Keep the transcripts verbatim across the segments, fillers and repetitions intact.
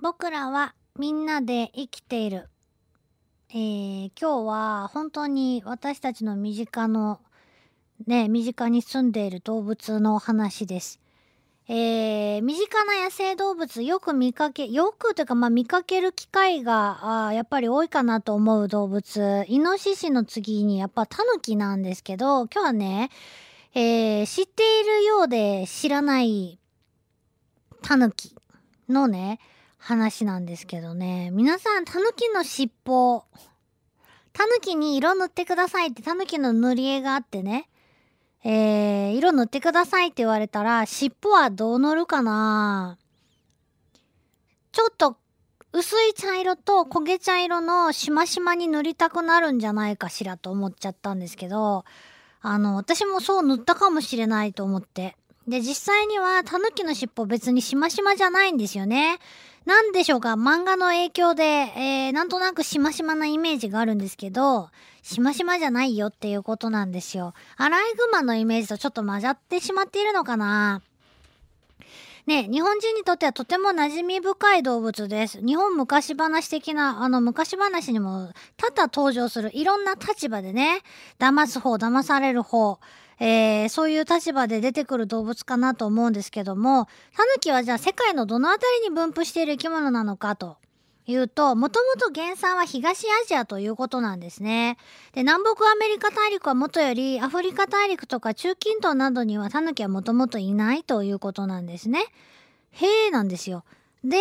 僕らはみんなで生きている。えー、今日は本当に私たちの身近のね、身近に住んでいる動物の話です。えー、身近な野生動物よく見かけ、よくというかまあ見かける機会があーやっぱり多いかなと思う動物。イノシシの次にやっぱタヌキなんですけど、今日はね、えー、知っているようで知らないタヌキのね、話なんですけどね。皆さん、タヌキの尻尾、タヌキに色塗ってくださいってタヌキの塗り絵があってね。えー、色塗ってくださいって言われたら、尻尾はどう塗るかな？ちょっと薄い茶色と焦げ茶色のしましまに塗りたくなるんじゃないかしらと思っちゃったんですけど、あの、私もそう塗ったかもしれないと思って。で、実際にはタヌキの尻尾別にしましまじゃないんですよね。なんでしょうか、漫画の影響で、えー、なんとなくしましまなイメージがあるんですけど、しましまじゃないよっていうことなんですよ。アライグマのイメージとちょっと混ざってしまっているのかな。ね、日本人にとってはとても馴染み深い動物です。日本昔話的な、あの昔話にも多々登場するいろんな立場でね、騙す方、騙される方、えー、そういう立場で出てくる動物かなと思うんですけども、タヌキはじゃあ世界のどのあたりに分布している生き物なのかというと、もともと原産は東アジアということなんですね。で、南北アメリカ大陸はもとよりアフリカ大陸とか中近東などにはタヌキはもともといないということなんですね。へえなんですよ。で、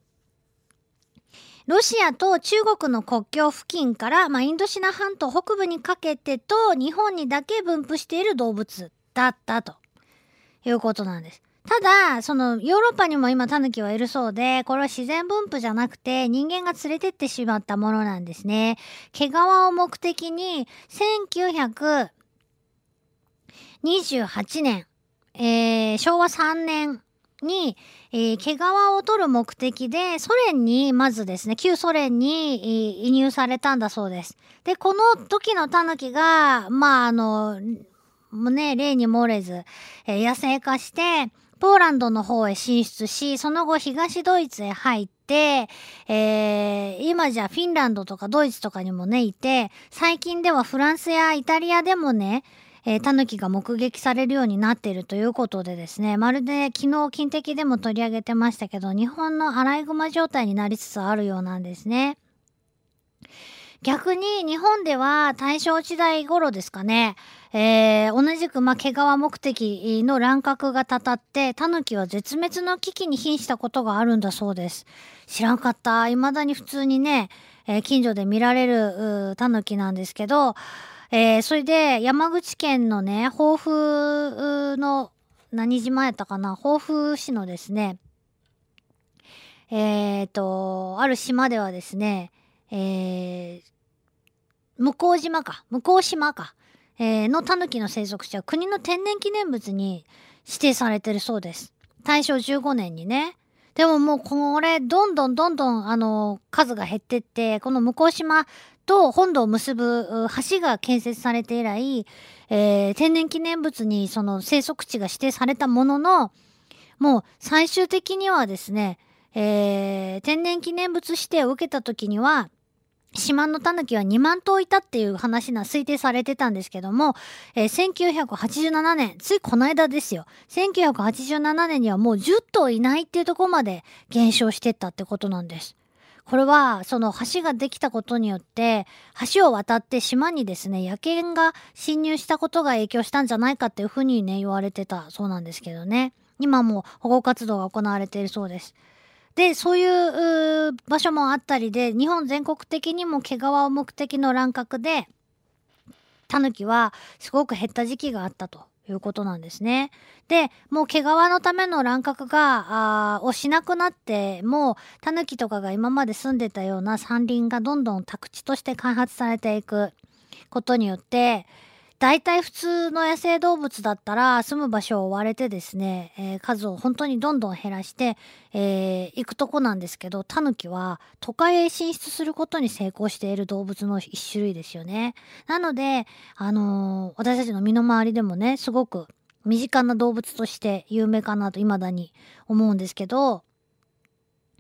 ロシアと中国の国境付近から、まあ、インドシナ半島北部にかけてと日本にだけ分布している動物だったということなんです。ただ、そのヨーロッパにも今タヌキはいるそうで、これは自然分布じゃなくて人間が連れてってしまったものなんですね。毛皮を目的にせんきゅうひゃくにじゅうはちねん、えー、しょうわさんねんに、えー、毛皮を取る目的で、ソ連に、まずですね、旧ソ連に、えー移入されたんだそうです。で、この時のタヌキが、まあ、あの、もうね、例に漏れず、えー野生化して、ポーランドの方へ進出し、その後東ドイツへ入って、えー今じゃフィンランドとかドイツとかにもね、いて、最近ではフランスやイタリアでもね、えー、タヌキが目撃されるようになっているということでですね、まるで昨日近敵でも取り上げてましたけど、日本のアライグマ状態になりつつあるようなんですね。逆に日本では大正時代頃ですかね、えー、同じくまあ毛皮目的の乱獲がたたって、タヌキは絶滅の危機に瀕したことがあるんだそうです。知らんかった。未だに普通にね、えー近所で見られるうタヌキなんですけど、えー、それで山口県のね、防府の何島やったかな、防府市のですね、えーと、ある島ではですね、えー向島か、向島か、えーのタヌキの生息地は国の天然記念物に指定されてるそうです。大正じゅうごねんにね。でももうこれ、どんどんどんどん、あの、数が減ってって、この向島と本土を結ぶう橋が建設されて以来、えー天然記念物にその生息地が指定されたものの、もう最終的にはですね、えー天然記念物指定を受けた時には、島のタヌキはにまんとういたっていう話が推定されてたんですけども、えーせんきゅうひゃくはちじゅうななねん、ついこの間ですよ。せんきゅうひゃくはちじゅうななねんにはもうじゅっとういないっていうところまで減少してったってことなんです。これは、その橋ができたことによって、橋を渡って島にですね、野犬が侵入したことが影響したんじゃないかっていうふうにね、言われてたそうなんですけどね。今も保護活動が行われているそうです。で、そういううー場所もあったりで、日本全国的にも毛皮を目的の乱獲で、タヌキはすごく減った時期があったということなんですね。で、もう毛皮のための乱獲が、あーをしなくなって、もうタヌキとかが今まで住んでたような山林がどんどん宅地として開発されていくことによって、大体普通の野生動物だったら住む場所を追われてですね、えー数を本当にどんどん減らして、えー行くとこなんですけど、タヌキは都会へ進出することに成功している動物の一種類ですよね。なので、あのー私たちの身の回りでもね、すごく身近な動物として有名かなと未だに思うんですけど、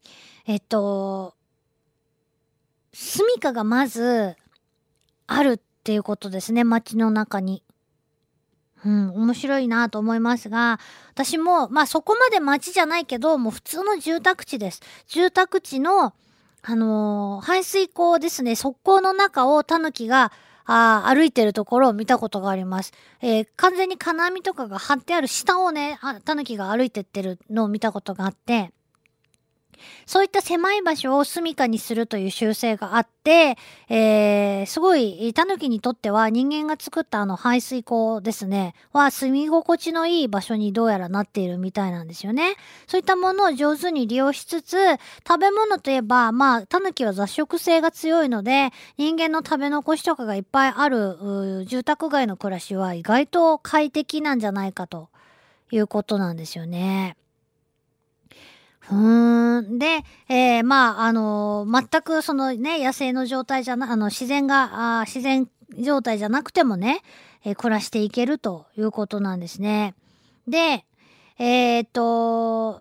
えっと、住処がまずあるっていうことですね、街の中に。うん、面白いなと思いますが、私も、まあそこまで街じゃないけど、もう普通の住宅地です。住宅地の、あのー排水溝ですね、側溝の中をタヌキが、あー歩いてるところを見たことがあります。えー完全に金網とかが張ってある下をね、あタヌキが歩いてってるのを見たことがあって、そういった狭い場所を住処にするという習性があって、えー、すごい、タヌキにとっては人間が作ったあの排水溝ですね、は住み心地のいい場所にどうやらなっているみたいなんですよね。そういったものを上手に利用しつつ、食べ物といえば、まあ、タヌキは雑食性が強いので、人間の食べ残しとかがいっぱいある、うー住宅街の暮らしは意外と快適なんじゃないかということなんですよね。ふーん。で、えー、まあ、あのー全くそのね、野生の状態じゃな、あの、自然が、あー自然状態じゃなくてもね、えー暮らしていけるということなんですね。で、えーっと、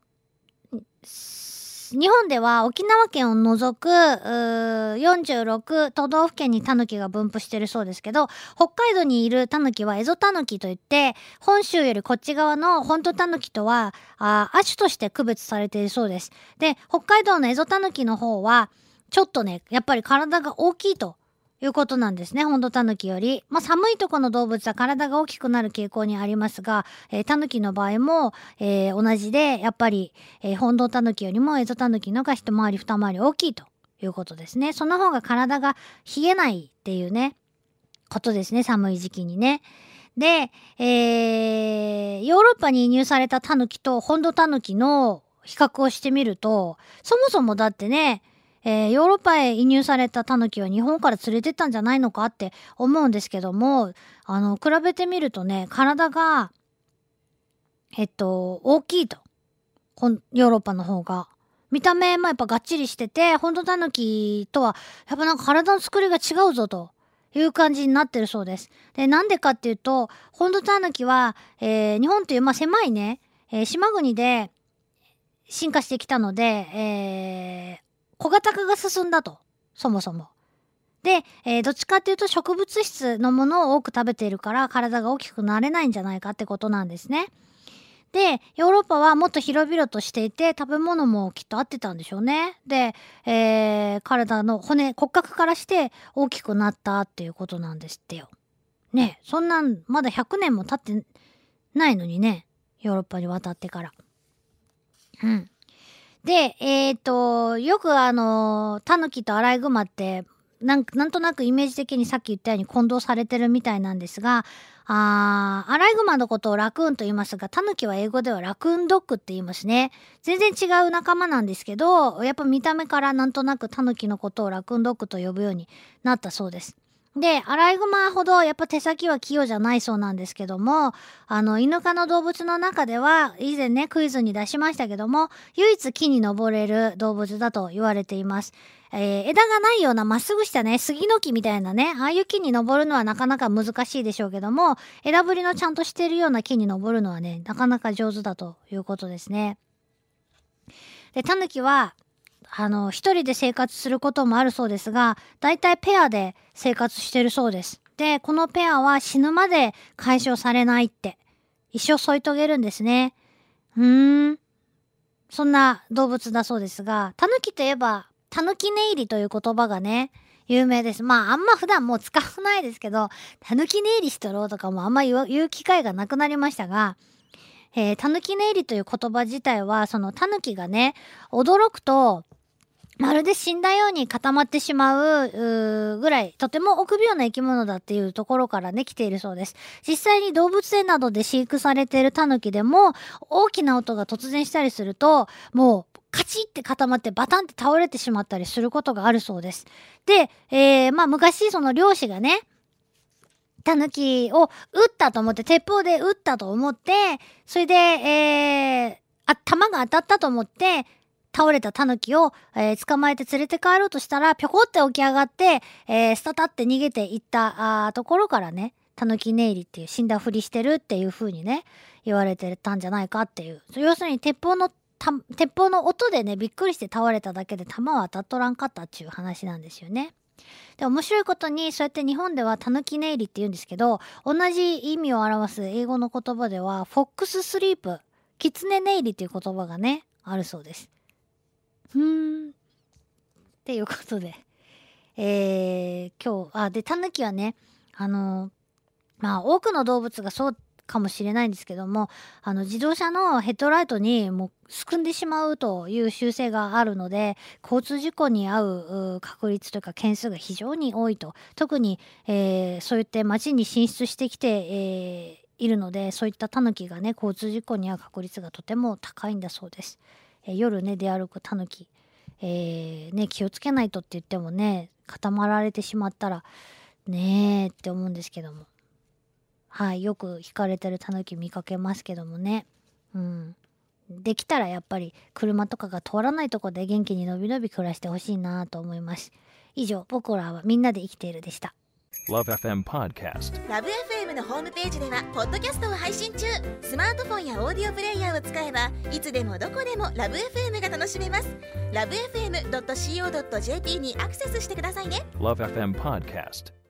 日本では沖縄県を除くうーよんじゅうろく都道府県にタヌキが分布しているそうですけど、北海道にいるタヌキはエゾタヌキといって、本州よりこっち側の本土タヌキとはあ亜種として区別されているそうです。で、北海道のエゾタヌキの方はちょっとね、やっぱり体が大きいということなんですね。本土タヌキより。まあ、寒いとこの動物は体が大きくなる傾向にありますが、えー、タヌキの場合も、えー同じで、やっぱり、えー本土タヌキよりもエゾタヌキのが一回り二回り大きいということですね。その方が体が冷えないっていうね、ことですね。寒い時期にね。で、えーヨーロッパに輸入されたタヌキと本土タヌキの比較をしてみると、そもそもだってね、えーヨーロッパへ移入されたタヌキは日本から連れてったんじゃないのかって思うんですけども、あの、比べてみるとね、体が、えっと、大きいと。ほんヨーロッパの方が。見た目もやっぱがっちりしてて、本土タヌキとは、やっぱなんか体の作りが違うぞという感じになってるそうです。で、なんでかっていうと、本土タヌキは、えー日本という、まあ、狭いね、えー島国で進化してきたので、えー小型化が進んだと。そもそも。で、えーどっちかっていうと植物質のものを多く食べているから体が大きくなれないんじゃないかってことなんですね。で、ヨーロッパはもっと広々としていて、食べ物もきっと合ってたんでしょうね。で、えー体の骨、骨格からして大きくなったっていうことなんですってよ。ね、そんなん、まだひゃくねんも経ってないのにね、ヨーロッパに渡ってから。うん。で、えっと、よくあの、タヌキとアライグマって、なんなんとなくイメージ的にさっき言ったように混同されてるみたいなんですが、あーアライグマのことをラクーンと言いますが、タヌキは英語ではラクーンドッグって言いますね。全然違う仲間なんですけど、やっぱ見た目からなんとなくタヌキのことをラクーンドッグと呼ぶようになったそうです。で、アライグマほどやっぱ手先は器用じゃないそうなんですけども、あの、イヌ科の動物の中では、以前ね、クイズに出しましたけども、唯一木に登れる動物だと言われています。えー枝がないようなまっすぐしたね、杉の木みたいなね、ああいう木に登るのはなかなか難しいでしょうけども、枝ぶりのちゃんとしているような木に登るのはね、なかなか上手だということですね。で、タヌキは、あの、一人で生活することもあるそうですが、だいたいペアで生活してるそうです。で、このペアは死ぬまで解消されないって、一生添い遂げるんですね。うーん。そんな動物だそうですが、タヌキといえば、タヌキ寝入りという言葉がね、有名です。まあ、あんま普段もう使わないですけど、タヌキ寝入りしとろうとかもあんま言う言う機会がなくなりましたが、えー、タヌキ寝入りという言葉自体は、そのタヌキがね、驚くと、まるで死んだように固まってしまううーぐらい、とても臆病な生き物だっていうところからね、来ているそうです。実際に動物園などで飼育されているタヌキでも、大きな音が突然したりすると、もう、カチッって固まってバタンって倒れてしまったりすることがあるそうです。で、えー、まあ昔、その漁師がね、タヌキを撃ったと思って、鉄砲で撃ったと思って、それで、えー、あ、弾が当たったと思って、倒れたタヌキを、えー捕まえて連れて帰ろうとしたら、ぴょこって起き上がって、えー、スタタって逃げていったあーところからね、タヌキ寝入りっていう死んだふりしてるっていう風にね、言われてたんじゃないかっていう。要するに鉄砲のた鉄砲の音でねびっくりして倒れただけで弾は当たっとらんかったっちゅう話なんですよね。で面白いことにそうやって日本ではタヌキ寝入りって言うんですけど、同じ意味を表す英語の言葉ではフォックススリープ、キツネ寝入りっていう言葉がねあるそうです。ふーんっていうことで、えー、今日あでタヌキはねあのまあ多くの動物がそうかもしれないんですけども、あの自動車のヘッドライトにもうすくんでしまうという習性があるので、交通事故に遭う確率というか件数が非常に多いと。特に、えー、そういって街に進出してきて、えー、いるので、そういったタヌキがね交通事故に遭う確率がとても高いんだそうです。えー、夜ね出歩くタヌキ、えー、ね気をつけないとって言ってもね固まられてしまったらねえって思うんですけども、はい、よく引かれてるタヌキ見かけますけどもね。うん。できたらやっぱり車とかが通らないとこで元気にのびのび暮らしてほしいなと思います。以上、僕らはみんなで生きているでした。 Love エフエム Podcast。 ラブ エフエム のホームページではポッドキャストを配信中。スマートフォンやオーディオプレイヤーを使えばいつでもどこでもラブ エフエム が楽しめます。ラブ エフエムドットシーオードットジェーピー にアクセスしてくださいね。 Love エフエム Podcast。